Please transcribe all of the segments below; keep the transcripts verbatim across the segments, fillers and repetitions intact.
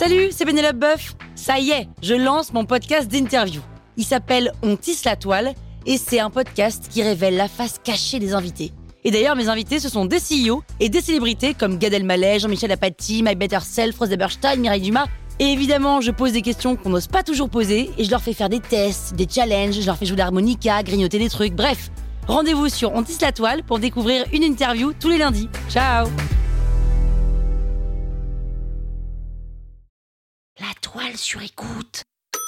Salut, c'est Pénélope Boeuf. Ça y est, je lance mon podcast d'interview. Il s'appelle On tisse la toile et c'est un podcast qui révèle la face cachée des invités. Et d'ailleurs, mes invités, ce sont des C E O et des célébrités comme Gad Elmaleh, Jean-Michel Apathy, My Better Self, Rose Eberstein, Mireille Dumas. Et évidemment, je pose des questions qu'on n'ose pas toujours poser et je leur fais faire des tests, des challenges, je leur fais jouer l'harmonica, grignoter des trucs, bref. Rendez-vous sur On tisse la toile pour découvrir une interview tous les lundis. Ciao! La toile sur écoute.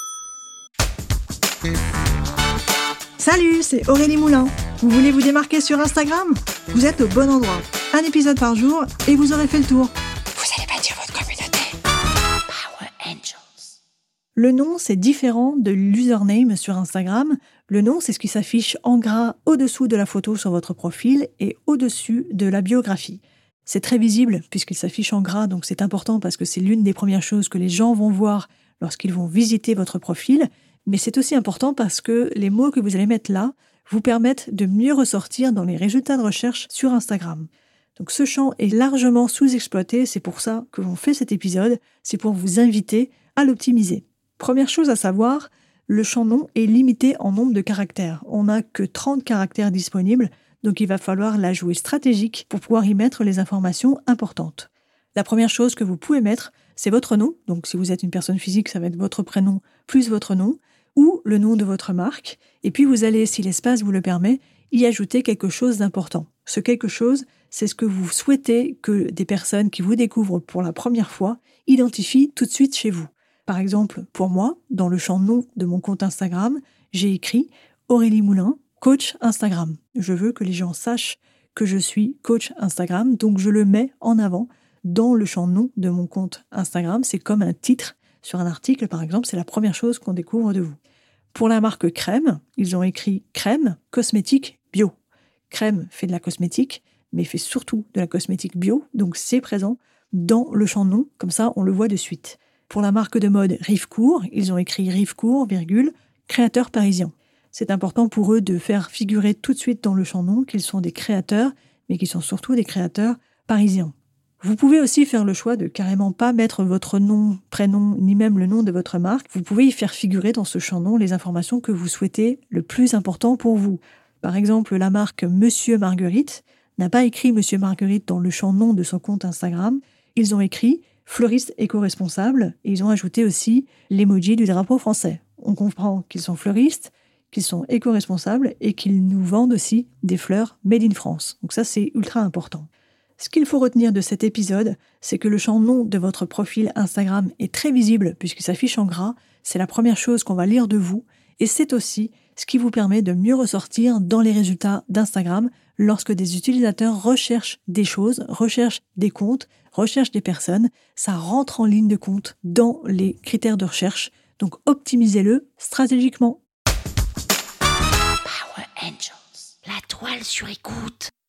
Salut, c'est Aurélie Moulin. Vous voulez vous démarquer sur Instagram ? Vous êtes au bon endroit. Un épisode par jour et vous aurez fait le tour. Vous allez bâtir votre communauté. Power Angels. Le nom, c'est différent de l'username sur Instagram. Le nom, c'est ce qui s'affiche en gras au-dessous de la photo sur votre profil et au-dessus de la biographie. C'est très visible puisqu'il s'affiche en gras, donc c'est important parce que c'est l'une des premières choses que les gens vont voir lorsqu'ils vont visiter votre profil. Mais c'est aussi important parce que les mots que vous allez mettre là vous permettent de mieux ressortir dans les résultats de recherche sur Instagram. Donc ce champ est largement sous-exploité, c'est pour ça que l'on fait cet épisode, c'est pour vous inviter à l'optimiser. Première chose à savoir, le champ nom est limité en nombre de caractères. On n'a que trente caractères disponibles, donc il va falloir la jouer stratégique pour pouvoir y mettre les informations importantes. La première chose que vous pouvez mettre, c'est votre nom. Donc si vous êtes une personne physique, ça va être votre prénom plus votre nom, ou le nom de votre marque. Et puis vous allez, si l'espace vous le permet, y ajouter quelque chose d'important. Ce quelque chose, c'est ce que vous souhaitez que des personnes qui vous découvrent pour la première fois identifient tout de suite chez vous. Par exemple, pour moi, dans le champ nom de mon compte Instagram, j'ai écrit Aurélie Moulin, coach Instagram. Je veux que les gens sachent que je suis coach Instagram, donc je le mets en avant dans le champ nom de mon compte Instagram. C'est comme un titre sur un article, par exemple, c'est la première chose qu'on découvre de vous. Pour la marque Crème, ils ont écrit Crème, cosmétique, bio. Crème fait de la cosmétique, mais fait surtout de la cosmétique bio, donc c'est présent dans le champ nom, comme ça on le voit de suite. Pour la marque de mode Rivecourt, ils ont écrit Rivecourt, virgule, créateur parisien. C'est important pour eux de faire figurer tout de suite dans le champ nom qu'ils sont des créateurs, mais qu'ils sont surtout des créateurs parisiens. Vous pouvez aussi faire le choix de carrément pas mettre votre nom, prénom, ni même le nom de votre marque. Vous pouvez y faire figurer dans ce champ nom les informations que vous souhaitez le plus important pour vous. Par exemple, la marque Monsieur Marguerite n'a pas écrit Monsieur Marguerite dans le champ nom de son compte Instagram. Ils ont écrit fleuriste éco-responsable et ils ont ajouté aussi l'emoji du drapeau français. On comprend qu'ils sont fleuristes, qu'ils sont éco-responsables et qu'ils nous vendent aussi des fleurs made in France. Donc ça, c'est ultra important. Ce qu'il faut retenir de cet épisode, c'est que le champ nom de votre profil Instagram est très visible puisqu'il s'affiche en gras. C'est la première chose qu'on va lire de vous et c'est aussi ce qui vous permet de mieux ressortir dans les résultats d'Instagram lorsque des utilisateurs recherchent des choses, recherchent des comptes, recherchent des personnes. Ça rentre en ligne de compte dans les critères de recherche. Donc optimisez-le stratégiquement. Power Angels. La toile sur écoute.